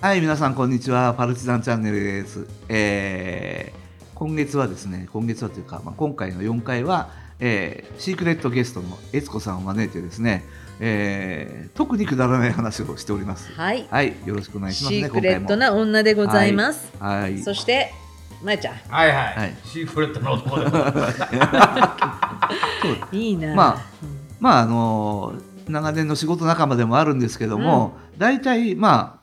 はい、皆さんこんにちは。パルチザンチャンネルです。今月はですね、今月はというか、今回の4回は、シークレットゲストの悦子さんを招いてですね、特にくだらない話をしております。 はい、 はい、よろしくお願いしますね。 シークレットな女でございます。 はい、はい、 そしてまやちゃん、 はいはい、シークレットの男でございます。 いいな。 長年の仕事仲間でもあるんですけども、大体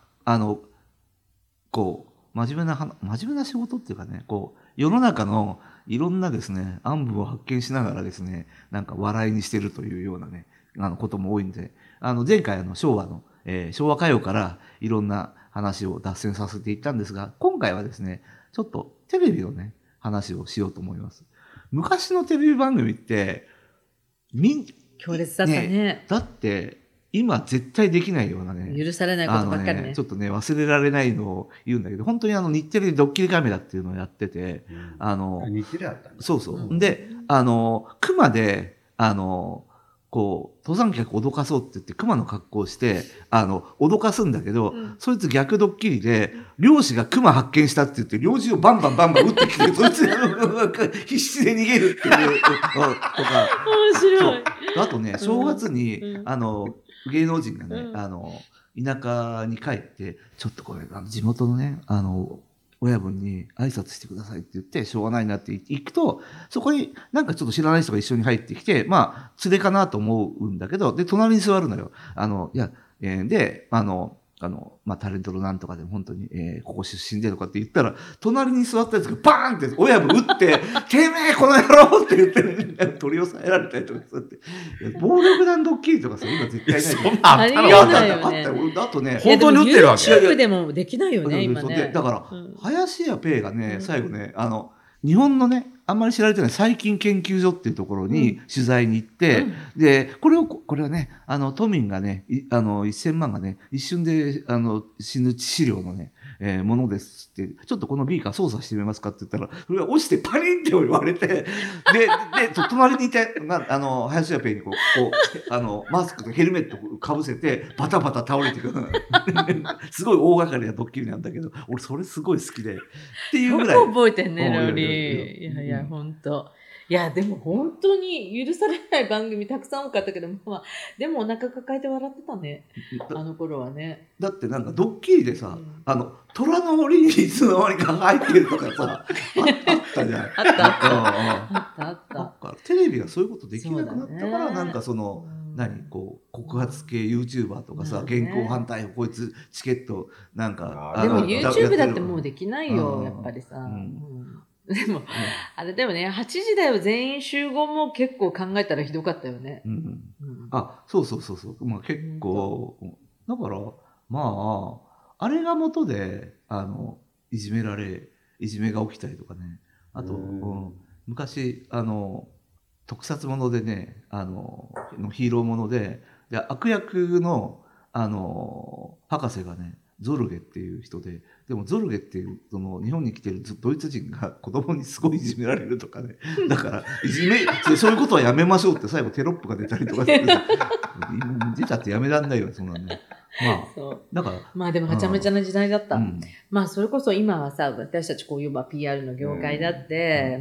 こう真面目な仕事っていうかね、こう世の中のいろんなですね暗部を発見しながらですね、なんか笑いにしてるというようなねことも多いんで、前回昭和歌謡からいろんな話を脱線させていったんですが、今回はですねちょっとテレビのね話をしようと思います。昔のテレビ番組って強烈だったね。 だって今絶対できないようなね、 許されないことばっかりね。 ちょっとね忘れられないのを言うんだけど、本当に日テレでドッキリカメラっていうのをやってて、 日テレあったんだ。 そうそう、で熊でこう登山客を脅かそうって言って熊の格好をして脅かすんだけど、そいつ逆ドッキリで漁師が熊発見したって言って猟銃をバンバン撃ってきてそいつ必死で逃げるっていうとか面白い。 あとね、正月に芸能人がね、田舎に帰ってちょっとこれ地元のね親分に挨拶してくださいって言ってしょうがないなって行くと、そこになんかちょっと知らない人が一緒に入ってきて、連れかなと思うんだけど、で隣に座るのよ。でタレントのなんとかでも本当に、ここ出身でとかって言ったら、隣に座ったやつがバーンって親分撃っててめえこの野郎って言って、取り押さえられたりとかそうやって暴力団ドッキリとかさ、今絶対ない。 そんなあったの？ あったよ。あとね、 本当に撃ってるわけ。 YouTube でもできないよね今ね。 だから林家ペイがね、最後ね日本のねあんまり知られてない細菌研究所っていうところに取材に行って、でこれはね都民がね1000万がね一瞬で死ぬ致死量のね、ものですって、ちょっとこのビーカー操作してみますかって言ったら、それが落ちてパリンって言われて、で隣にいて林家ペイにこうマスクとヘルメットをかぶせてバタバタ倒れてくるすごい大掛かりなドッキリなんだけど、俺それすごい好きでっていうぐらいよく覚えてんねロリー。いや本当。いやでも本当に許されない番組たくさん多かったけど、でもお腹抱えて笑ってたね、あの頃はね。 だってなんかドッキリでさ、虎の檻にいつの間にか入ってるとかさあったじゃん。 あったテレビがそういうことできなくなったから、なんかこう告発系 YouTuber とかさ、現行犯逮捕こいつチケットなんかでも YouTube だってもうできないよやっぱりさ。でも、でもね、8時だよ全員集合も結構考えたらひどかったよね。 そう。結構、だから、あれが元で、いじめが起きたりとかね。あと、昔、特撮ものでね、ヒーローもので、悪役の、博士がね、ゾルゲっていう人で、でもゾルゲっていう日本に来てるドイツ人が子供にすごいいじめられるとかね、だからそういうことはやめましょうって最後テロップが出たりとかして出ちゃってやめらんないよそんなんね。だからでもはちゃめちゃな時代だった。それこそ今はさ、私たちこういう PR の業界だって、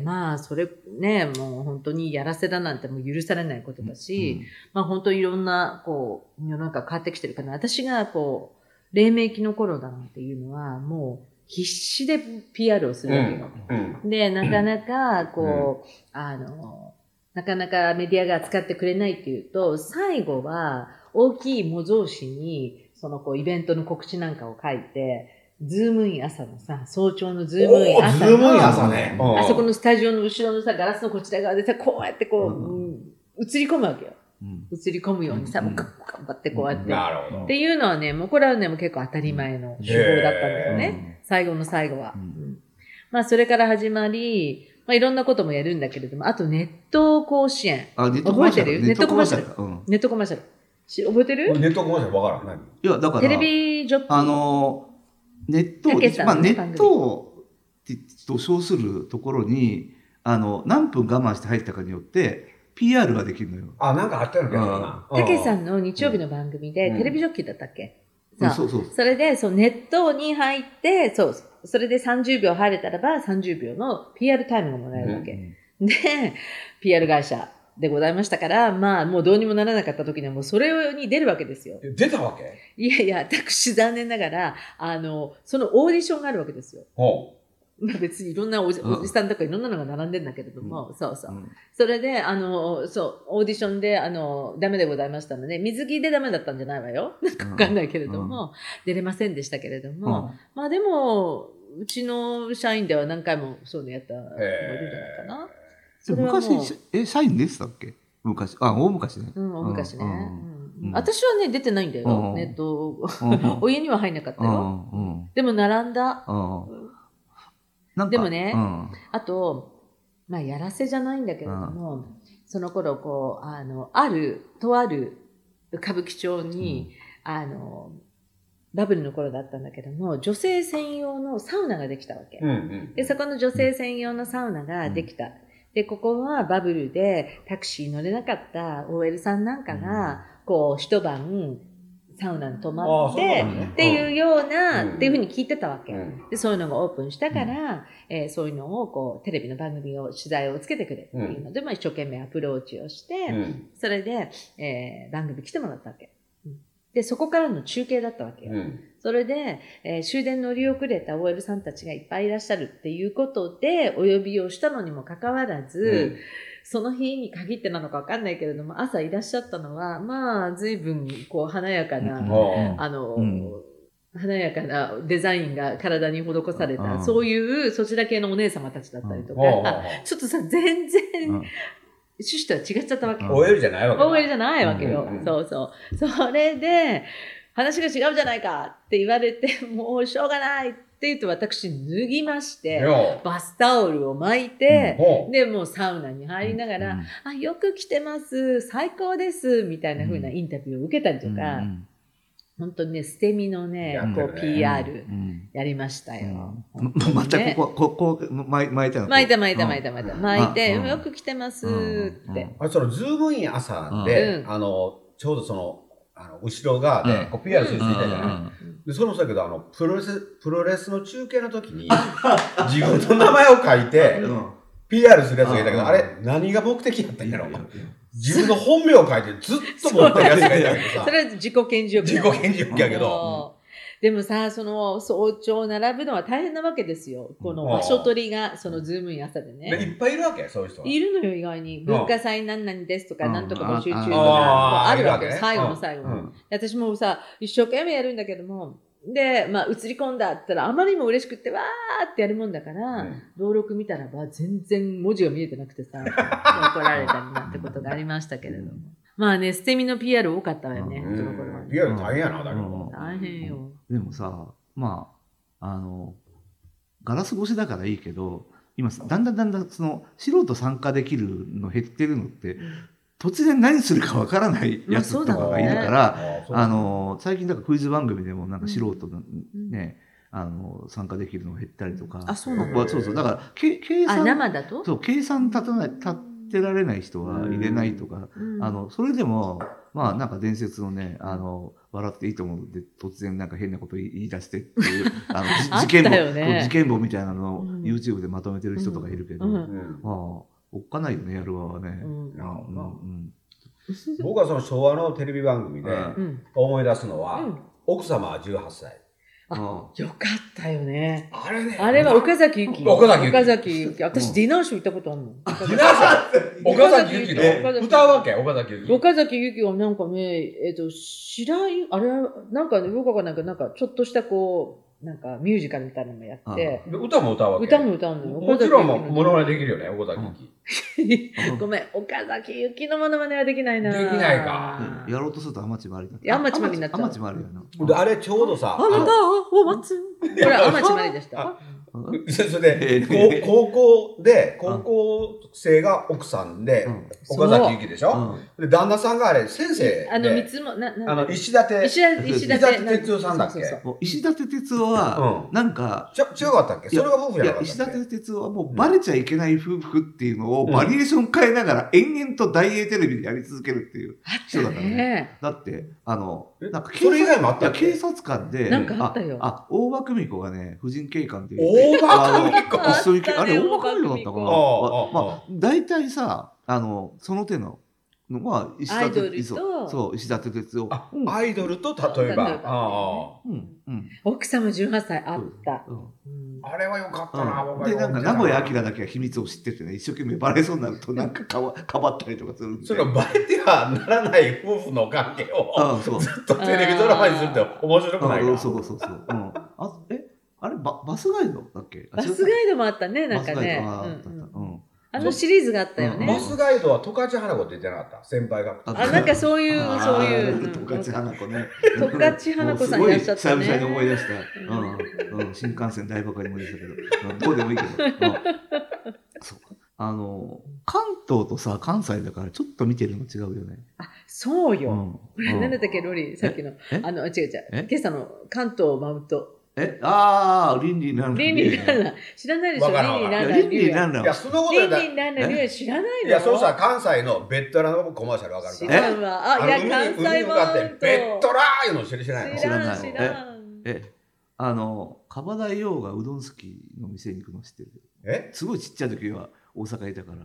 それねもう本当にやらせだなんてもう許されないことだし、本当いろんなこう世の中変わってきてるから、私がこう黎明期の頃だなんていうのはもう必死で PR をするわけよ。で、なかなかこう、なかなかメディアが扱ってくれないっていうと、最後は大きい模造紙にこうイベントの告知なんかを書いて、ズームイン朝のさ、早朝のズームイン朝の、 ズームイン朝ね。 あそこのスタジオの後ろのさ、ガラスのこちら側でさ、こうやってこう、映り込むわけよ。映り込むようにさ、頑張ってこうやって。っていうのはね、もうこれはね、もう結構当たり前の手法だったんだよね。最後の最後は。それから始まり、いろんなこともやるんだけれども、あとネット甲子園。覚えてる？ネットコマーシャル。ネットコマーシャル。覚えてる？ ネットコマーシャルわからん。 いや、だから、 テレビジョッキー。 ネットと称するところに、何分我慢して入ったかによって、PR ができるのよ。 なんかあったような気がするな。 たけさんの日曜日の番組で、テレビジョッキーだったっけそうそう。 それで、ネットに入って、それで30秒入れたらば30秒の PR タイムがもらえるわけ。で、PR 会社でございましたから、まあもうどうにもならなかった時にはもうそれに出るわけですよ。 出たわけ？ いやいや、私残念ながら、そのオーディションがあるわけですよ。 ほまあ別にいろんなおじさんとかいろんなのが並んでんだけれども、そう。それで、オーディションで、ダメでございましたので、水着でダメだったんじゃないわよ。なんかわかんないけれども、出れませんでしたけれども、まあでも、うちの社員では何回もそういうのやった人がいるんじゃないかな。それはもう昔、社員でしたっけ？昔。大昔ね。 大昔ね。私はね、出てないんだよ。お家には入んなかったよ。でも並んだ。でもね、あと、まあ、やらせじゃないんだけれども、その頃、とある歌舞伎町に、バブルの頃だったんだけども、女性専用のサウナができたわけ。で、そこの女性専用のサウナができた。で、ここはバブルでタクシー乗れなかった OL さんなんかが、一晩、サウナに泊まって、っていうような、っていうふうに聞いてたわけ。で、そういうのがオープンしたから、そういうのをテレビの番組を、取材をつけてくれっていうので、一生懸命アプローチをして、それで、番組来てもらったわけ。で、そこからの中継だったわけよ。それで、終電乗り遅れた OL さんたちがいっぱいいらっしゃるっていうことで、お呼びをしたのにもかかわらず、その日に限ってなのかわかんないけれども、朝いらっしゃったのは、まあ、随分、華やかな、華やかなデザインが体に施された、そういうそちら系のお姉様たちだったりとか、ちょっとさ、全然、趣旨とは違っちゃったわけ。 OL じゃないわけ。 OL じゃないわけよ。それで、話が違うじゃないかって言われて、もうしょうがないって言って私脱ぎまして、バスタオルを巻いて、で、もうサウナに入りながら、よく来てます、最高です、みたいな風なインタビューを受けたりとか、本当にね、捨て身のね、PR やりましたよ。 またこ巻いたの？ 巻いて、よく来てますって。 そのズームイン朝で、ちょうど後ろ側で、PR する人いたじゃない。で、それもそうだけど、プロレスの中継の時に、自分の名前を書いて、PR するやつがいたけど、あれ、何が目的だったんやろ？自分の本名を書いてずっと持ってるやつがいたけどさ。 それは自己顕示欲。 自己顕示欲やけど。 でもさ、早朝並ぶのは大変なわけですよ。この場所取りが、ズームイン朝でね。 いっぱいいるわけ？そういう人は。 いるのよ、意外に。文化祭何々ですとか、なんとか募集中とか、あるわけ。最後の最後に。私もさ、一生懸命やるんだけども、で、まあ、映り込んだって言ったら、あまりにも嬉しくって、わーってやるもんだから、登録見たらば、全然文字が見えてなくてさ、怒られたりなんてことがありましたけれども。まあね、捨て身の PR 多かったわよね、その頃は。 PR 大変やな、だけど。 大変よ。 でもさ、まあ、ガラス越しだからいいけど、今、だんだん素人参加できるの減ってるのって、突然何するかわからないやつとかがいるから、最近だからクイズ番組でもなんか素人のね、参加できるのが減ったりとか。 あ、そうなの？ そう。だから、計算、 生だと？ そう、計算立てられない人は入れないとか、それでも、まあなんか伝説のね、笑っていいと思うで、突然なんか変なこと言い出してっていう、事件簿みたいなのを YouTube でまとめてる人とかいるけど、おっかないよね、やる側はね。 僕はその昭和のテレビ番組で思い出すのは、奥様は18歳。 よかったよね。 あれね。 あれは岡崎ゆき。 岡崎ゆき。私、ディナーショー行ったことあるの。 ディナーショー岡崎ゆきの歌うわけ？岡崎ゆき。 岡崎ゆきはなんかね、白井、あれは、なんかね、よくわかんないけど、なんかちょっっとしたなんかミュージカルみたいなのもやって。 歌も歌うわけ？ 歌も歌うのよ。 もちろんモノマネできるよね、岡崎ゆき。ごめん、岡崎ゆきのモノマネはできないな。 できないか。 やろうとすると天地回りだった。 天地回りになっちゃう。 天地回りやな。 あれちょうどさ、 あなたを待つ。これ天地回りでした。 それで、高校生が奥さんで、岡崎由紀でしょ、で、旦那さんがあれ、先生で。石立哲夫さんだっけ？ 石立哲夫は、なんか、 違かったっけ？それが夫婦じゃなかったっけ？ 石立哲夫はもうバレちゃいけない夫婦っていうのをバリエーション変えながら延々と大英テレビでやり続けるっていう人だからね。だって、なんかそれ以外もあったっけ？ 警察官で、 なんかあったよ。 大場久美子がね、婦人警官っていう。 大場久美子あれ、大場久美子だったかな。まあ、大体さ、その手のは石立哲夫。そう、石立哲夫。 アイドルと例えば。 奥さんも18歳あった。 あれはよかったな。 で、なんか名古屋明だけは秘密を知っててね、一生懸命バレそうになるとなんかかばったりとかするんで。 それバレてはならない夫婦の関係をずっとテレビドラマにするって面白くないか？ そう。あれバスガイドだっけ？ バスガイドもあったね、なんかね。あのシリーズがあったよね。 バスガイドは十勝花子出てなかった？先輩が。 なんかそういう。 十勝花子ね。 十勝花子さんいらっしゃったね。 久々に思い出した。新幹線大爆破にも出たけど、どうでもいいけど。そう。関東とさ、関西だからちょっと見てるの違うよね。 そうよ。なんだったっけ、ロリー、さっきの。違う。今朝の関東マウント。 リンリンランラン。 リンリンランラン。知らないでしょ、リンリンランラン。 リンリンランラン。 いや、そのことだ。 リンリンランラン、知らないの？ いや、そうしたら関西のベッドラのコマーシャルわかるから。知らんわ。いや、関西マウント。 ベッドラーいうの知らないの？ 知らん。 樺田洋がうどん好きの店に行くの知ってる？すごいちっちゃい時は大阪いたから。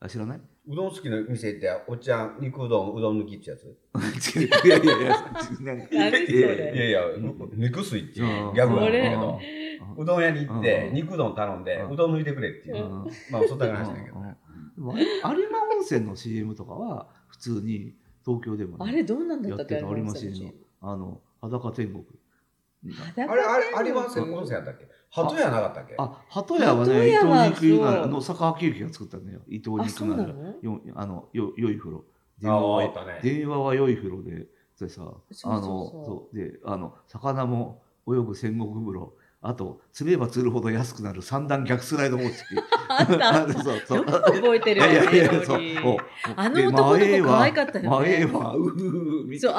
知らない？ うどん好きの店っておっちゃん肉うどん抜きってやつ？ いや何それ？ いや肉水っていうギャグなんだけど、うどん屋に行って肉うどん頼んでうどん抜いてくれっていう、まあそんな話だけどね。 有馬温泉の CM とかは普通に東京でもあれどうなんだったっけ？ 有馬市の裸天国。 あれ有馬温泉やったっけ？鳩屋なかったっけ？ 鳩屋はね、伊藤肉なの坂明之が作ったんだよ。伊藤肉なら良い風呂。電話は良い風呂で、それさ、で、魚も泳ぐ戦国風呂。あと、釣れば釣るほど安くなる三段逆スライド方式。 よく覚えてるよね。あの男の子可愛かったよね。そう、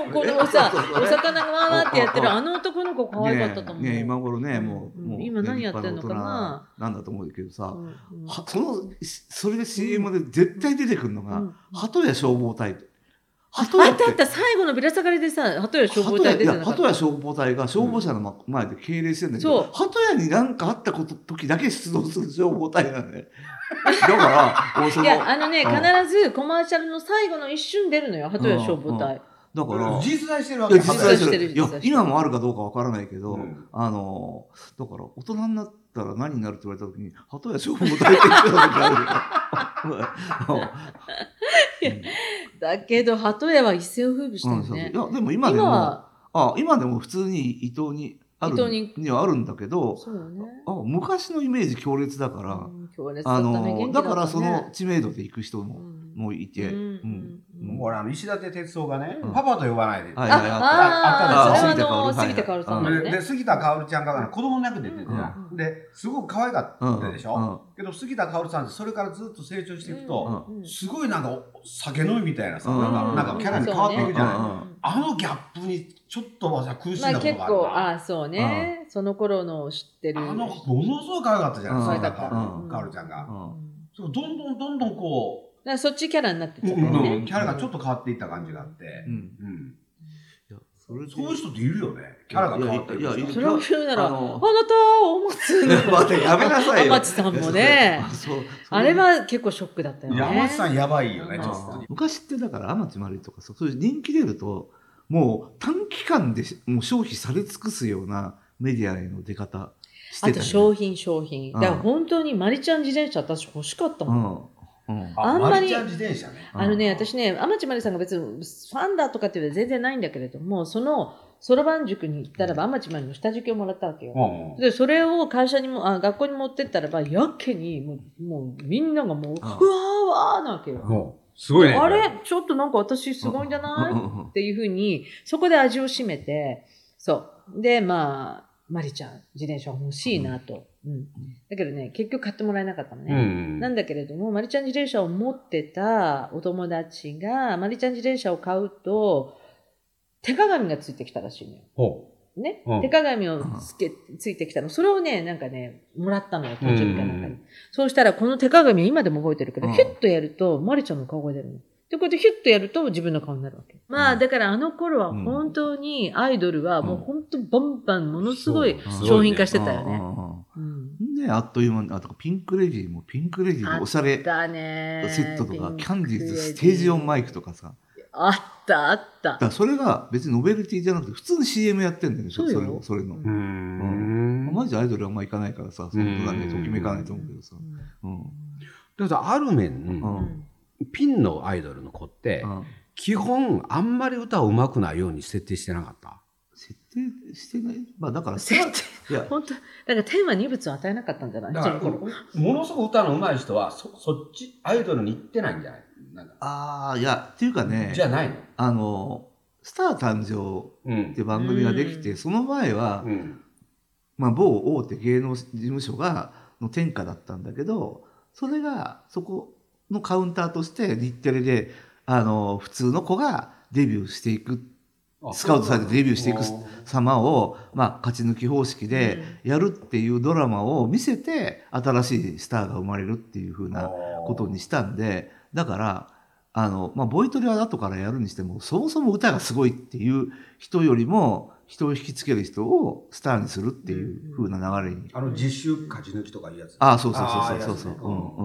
このさ、お魚がわーってやってるあの男の子可愛かったと思う。 今頃ね、もう今何やってんのかな。 なんだと思うけどさ、それで CM で絶対出てくるのが、鳩屋消防隊。 あった最後のぶら下がりでさ、鳩屋消防隊出てなかった。 鳩屋消防隊が消防車の前で敬礼してるんだけど、鳩屋に何かあった時だけ出動する消防隊なんだよ。だから、 いや、必ずコマーシャルの最後の一瞬出るのよ、鳩屋消防隊。 だから、 実在してるわけ？ 実在してる。いや、今もあるかどうかわからないけど、だから、大人になったら何になるって言われた時に、鳩屋消防隊って言ってた時あるよ。だけど、鳩屋は一世を風靡したよね。 いや、でも今でも普通に伊東にあるんだけど、昔のイメージ強烈だから、だからその知名度で行く人もいて、 ほら、石立哲夫がね、パパと呼ばないで。 杉田薫さんで、杉田薫ちゃんが子供の役で出てた。で、すごく可愛かったでしょ？けど、杉田薫さんってそれからずっと成長していくと、すごいなんか酒飲みみたいなさ、なんかキャラに変わっていくじゃない。あのギャップにちょっと苦しんだことがあるな。 結構、そうね。その頃の知ってる。 ものすごい可愛かったじゃない、杉田薫ちゃんが。どんどんこう、 そっちキャラになってっちゃったよね。 キャラがちょっと変わっていった感じがあって。そういう人っているよね。キャラが変わってる。 それを言うなら、あなたをお松。 待って、やめなさいよ。 お松さんもね。あれは結構ショックだったよね。 山松さんやばいよね、ちょっと。 昔ってだから、天地まりとかそういう人気出ると、もう短期間でもう消費され尽くすようなメディアへの出方してた。 あと商品。だから本当にまりちゃん自転車私欲しかったもん。 あんまり自転車ね。 私ね、天地まりさんが別にファンだとかっていうのは全然ないんだけれども、そのそろばん塾に行ったらば天地まりの下敷きをもらったわけよ。でそれを会社にも学校に持ってったらばやけにもうみんながもううわーわーなわけよ。 すごいね。 あれちょっとなんか私すごいんじゃないっていうふうにそこで味を占めて、そうでマリちゃん自転車欲しいなと、だけどね結局買ってもらえなかったのね、なんだけれどもマリちゃん自転車を持ってたお友達がマリちゃん自転車を買うと手鏡がついてきたらしいのよ。ね、手鏡をついてきたの。それをね、なんかね、もらったのよ、途中かなんかに。そうしたら、この手鏡は今でも覚えてるけど、ヒュッとやると、マリちゃんの顔が出るの。で、こうやってヒュッとやると自分の顔になるわけ。まあ、だからあの頃は本当にアイドルはもう本当バンバンものすごい商品化してたよね。 で、あっという間に、あとピンクレディーもおしゃれセットとか、キャンディーズステージオンマイクとかさ。 あったあった。 だからそれが別にノベルティじゃなくて普通に CM やってんだよね。それの。マジアイドルはあんま行かないからさ、そんなね、ときめかないと思うけどさ。 だからある面、ピンのアイドルの子って、基本あんまり歌を上手くないように設定してなかった。 設定してない。まあだから本当だからテーマに異物を与えなかったんじゃない？ だからものすごく歌の上手い人はそっちアイドルに行ってないんじゃない？ いやっていうかね。 じゃないの。スター誕生って番組ができて、その前は、まあ某大手芸能事務所の天下だったんだけど、それがそこのカウンターとして日テレで普通の子がデビューしていく。スカウトされてデビューしていく様を、まあ、勝ち抜き方式でやるっていうドラマを見せて新しいスターが生まれるっていう風なことにしたんで、だからまあ、ボイトレは後からやるにしてもそもそも歌がすごいっていう人よりも人を引きつける人をスターにするっていう風な流れに、 実習勝ち抜きとかいうやつ。 そう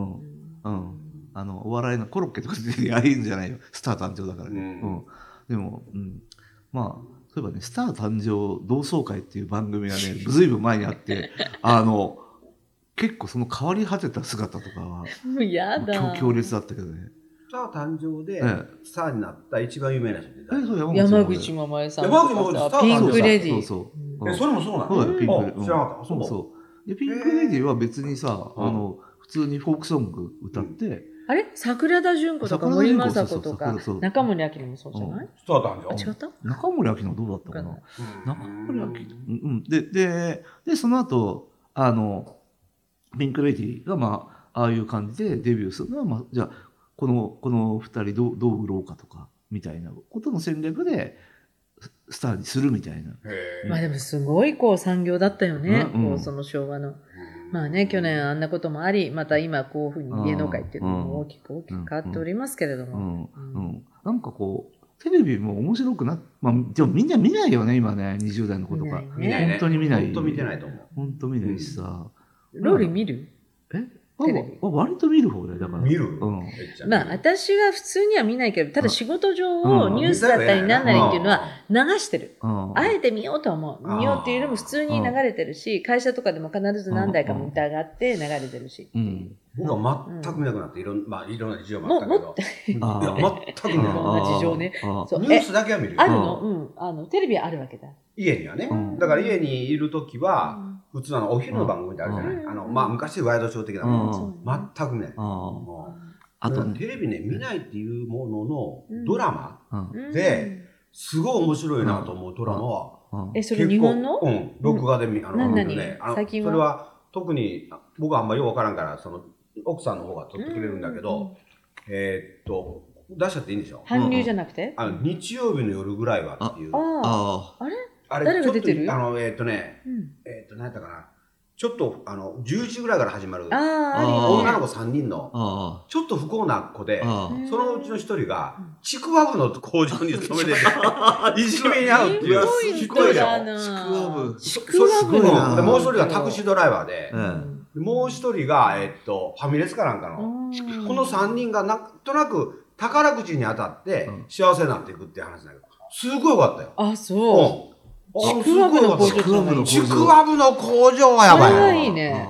お笑いのコロッケとかでああいうんじゃないよ、スター誕生だからね。でも、まあそういえばね、スター誕生同窓会っていう番組がね、ずいぶん前にあって、結構その変わり果てた姿とかは、 もうやだ。 強烈だったけどね。 スター誕生でスターになった一番有名な人って誰？ 山口百恵さん。 山口百恵さん、 ピンクレディー。 それもそうなの？ ピンク。 知らなかった。 そう。で、ピンクレディーは別にさ、普通にフォークソング歌って、 あれ桜田淳子とか森昌子とか中森明菜もそうじゃない？ スター誕生。 違った？ 中森明菜どうだったかな？中森明菜。で、その後、ピンクレディーがまあ、ああいう感じでデビューするのは、まあ、じゃあ、この二人どう売ろうかとか、みたいなことの戦略で、スターにするみたいな。 まあでもすごい産業だったよね。その昭和の。まあね、去年あんなこともあり、また今こういうふうに芸能界っていうのも大きく変わっておりますけれども。なんかテレビも面白くまあでもみんな見ないよね、今ね、20代の子とか。 見ないね。 本当に見ない。 本当見てないと思う。 本当見ないしさ。 ローリー見る？ 割と見る方だよ、だから。 見る？ まあ私は普通には見ないけど、ただ仕事上をニュースだったりなんなりっていうのは流してる。あえて見ようとは思う。見ようっていうのも普通に流れてるし、会社とかでも必ず何台かモニターがあって流れてるし。 僕は全く見なくなって、いろんな事情もあったけど。全く見なくなった。 いろんな事情ね。 ニュースだけは見るよ。 あるの？テレビはあるわけだ。 家にはね。だから家にいるときは、普通お昼の番組ってあるじゃない？まあ昔ワイドショー的なもの。全くね。あとテレビね、見ないっていうもののドラマですごい面白いなと思うドラマは。 それ日本の？ 録画で見るね。最近はそれは特に僕はあんまよくわからんから、奥さんの方が撮ってくれるんだけど、出しちゃっていいんでしょ？ 韓流じゃなくて？ 日曜日の夜ぐらいはっていう。 あれ誰が出てる？ 何やったかな。ちょっと11時ぐらいから始まる女の子3人のちょっと不幸な子で、そのうちの一人がちくわぶの工場に勤めてていじめに遭うっていう。 すごいな。 ちくわぶ。 もう一人がタクシードライバーで、もう一人がファミレスかなんかのこの3人がなんとなく宝くじに当たって幸せになっていくっていう話だけど、すごいよかったよ。 あ、そう。ちくわぶの工場。 ちくわぶの工場はやばい。 これはいいね。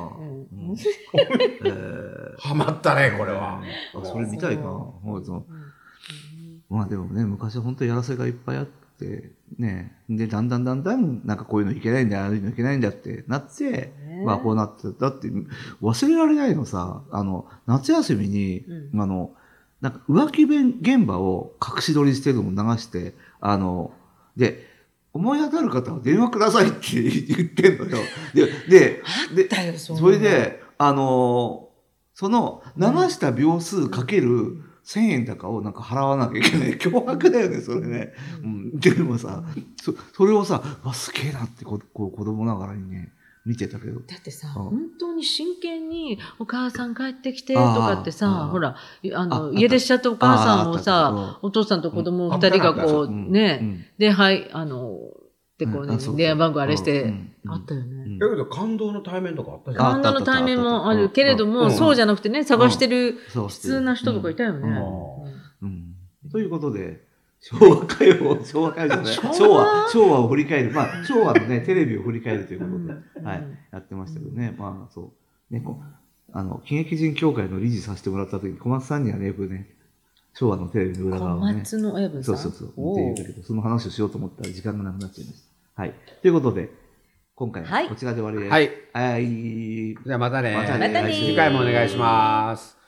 ハマったね、これは。 それ見たいかな。まあでもね、昔は本当にやらせがいっぱいあって、ね。で、だんだんなんかこういうのいけないんだ、ああいうのいけないんだってなって、まあこうなって、だって忘れられないのさ、夏休みに、なんか浮気現場を隠し撮りしてるのを流して、で、 思い当たる方は電話くださいって言ってんのよ。で、それで、その流した秒数かける1000円高をなんか払わなきゃいけない。脅迫だよね、それね。うん。でもさ、それをさ、すげえなって子供ながらにね、見てたけど。 だってさ、本当に真剣にお母さん帰ってきてとかってさ、ほら、家出しちゃったお母さんをさ、お父さんと子供二人がこう、ね、で、はい、で、こうね、電話番号あれして、あったよね。 だけど感動の対面とかあったじゃん。 感動の対面もあるけれども、そうじゃなくてね、探してる普通な人とかいたよね。 ということで、昭和歌謡じゃない。昭和を振り返る。まあ、昭和のね、テレビを振り返るということで、はい、やってましたけどね。まあ、そう。ね、喜劇人協会の理事させてもらった時に、小松さんにはね、よくね、昭和のテレビの裏側をね。 小松の親分さん。 そう。見ていたけど、その話をしようと思ったら時間がなくなっちゃいました。はい。ということで、今回はこちらで終わりです。 はい。 はい。 じゃあまたね。 またね。 次回もお願いします。